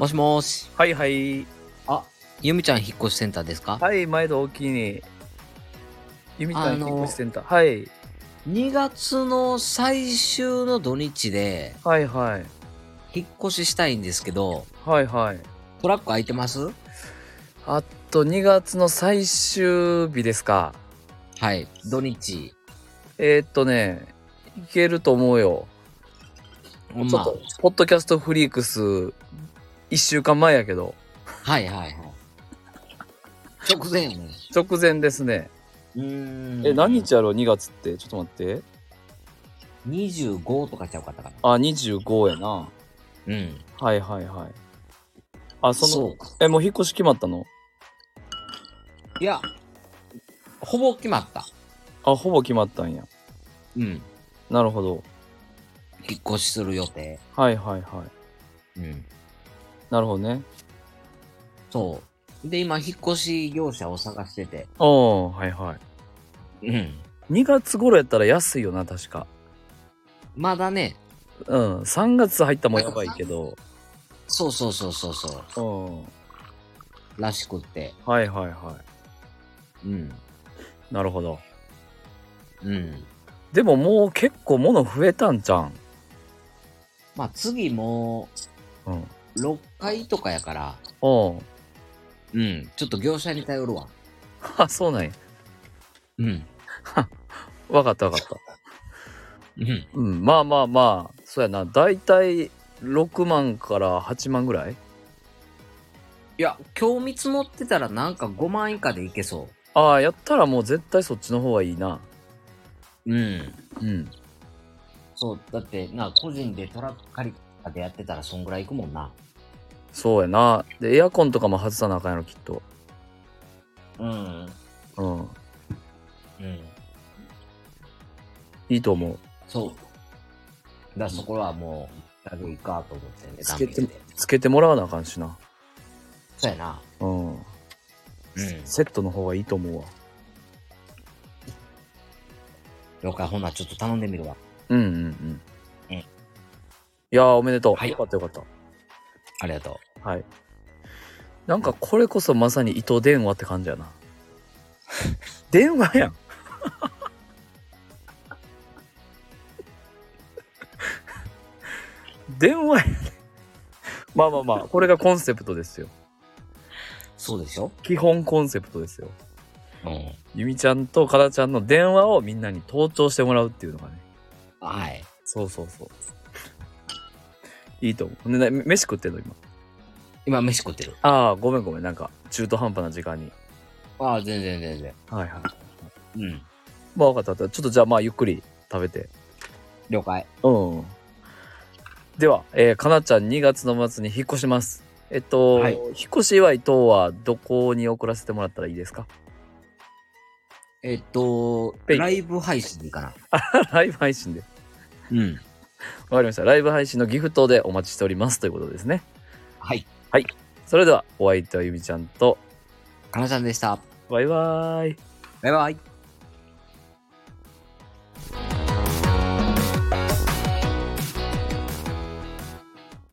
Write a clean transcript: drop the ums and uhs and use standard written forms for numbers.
もしもーし。 はいはい。 あ、ゆみちゃん引っ越しセンターですか？ はい、毎度お気に。ゆみちゃん引っ越しセンター。はい。 2月の最終の土日ではいはい。 引っ越ししたいんですけど、 はいはい。 トラック空いてます？ あと2月の最終日ですか。 はい、土日。 いけると思うよ。ちょっと、ポッドキャストフリークス、1週間前やけど。 はいはいはい。直前やね。 直前ですね。何日やろう ?2 月って。ちょっと待って。 25とかちゃうかったかな。 あ、25やな。 うん。 はいはいはい。あ、 そうか。 もう引っ越し決まったの？ いや、ほぼ決まった。 あ、ほぼ決まったんや。 うん。 なるほど。 引っ越しする予定。 はいはいはい。 うん。 なるほどね。 そう。で、今、引っ越し業者を探してて。 おー、はいはい。 うん。 2月頃やったら安いよな、確か。 まだね。 うん、3月入ったらもうやばいけど。 そうそうそうそうそう。 うん。 らしくって。 はいはいはうん。 い。なるほど。 うん。 でももう結構物増えたんじゃん。 まあ次もうん。 う6階とかやから、 おう。 うん。ちょっと業者に頼るわ。 あ、そうなんや。 うん。 わかったわかった。 うん。 うん。まあまあまあ、そうやな。だいたい6万から8万ぐらい。 いや、今日見積もってたらなんか5万以下でいけそああ、やったらもう絶対そっちの方がいいな。 う。うん。 うん。 そう。だってな、個人でトラック借りたでやってたらそんぐらいいくもんな。 そうやな。で、エアコンとかも外さなあかんやろ、きっと。 うん。 うん。 うん。 いいと思う。 そう。だからそこはもう、だけいいかと思ってね。 つけてもらわなあかんしな。 そうやな。 うん。 うん。 セットの方がいいと思うわ。 了解。ほな、ちょっと頼んでみるわ。 うんうんうん。いやー、おめでとう。 はいよかったよかった。 ありがとう。 はい。なんかこれこそまさに糸電話って感じやな。電話やん。電話やね。まあまあまあ、これがコンセプトですよ。 そうでしょ？ 基本コンセプトですよ。 うん。 ゆみちゃんとかなちゃんの電話をみんなに盗聴してもらうっていうのがね。 はい。 そうそうそう。いいと思う。ね、飯食ってんの今。 今、飯食ってる。 ああ、ごめんごめん。なんか中途半端な時間に。 ああ、全然全然。 はいはい。 うん。 まあ分かった分かった。ちょっとじゃあまあゆっくり食べて。 了解。 うん。では、かなちゃん2月の末に引っ越します。 はい。 引っ越し祝い等はどこに送らせてもらったらいいですか？ペイライブ配信でいいかな。 ライブ配信で。 うん。 わかりました。ライブ配信のギフトでお待ちしておりますということですね。 はい。 はい。それでは、お相手はゆみちゃんと、 かなちゃんでした。 バイバーイ。 バイバイ。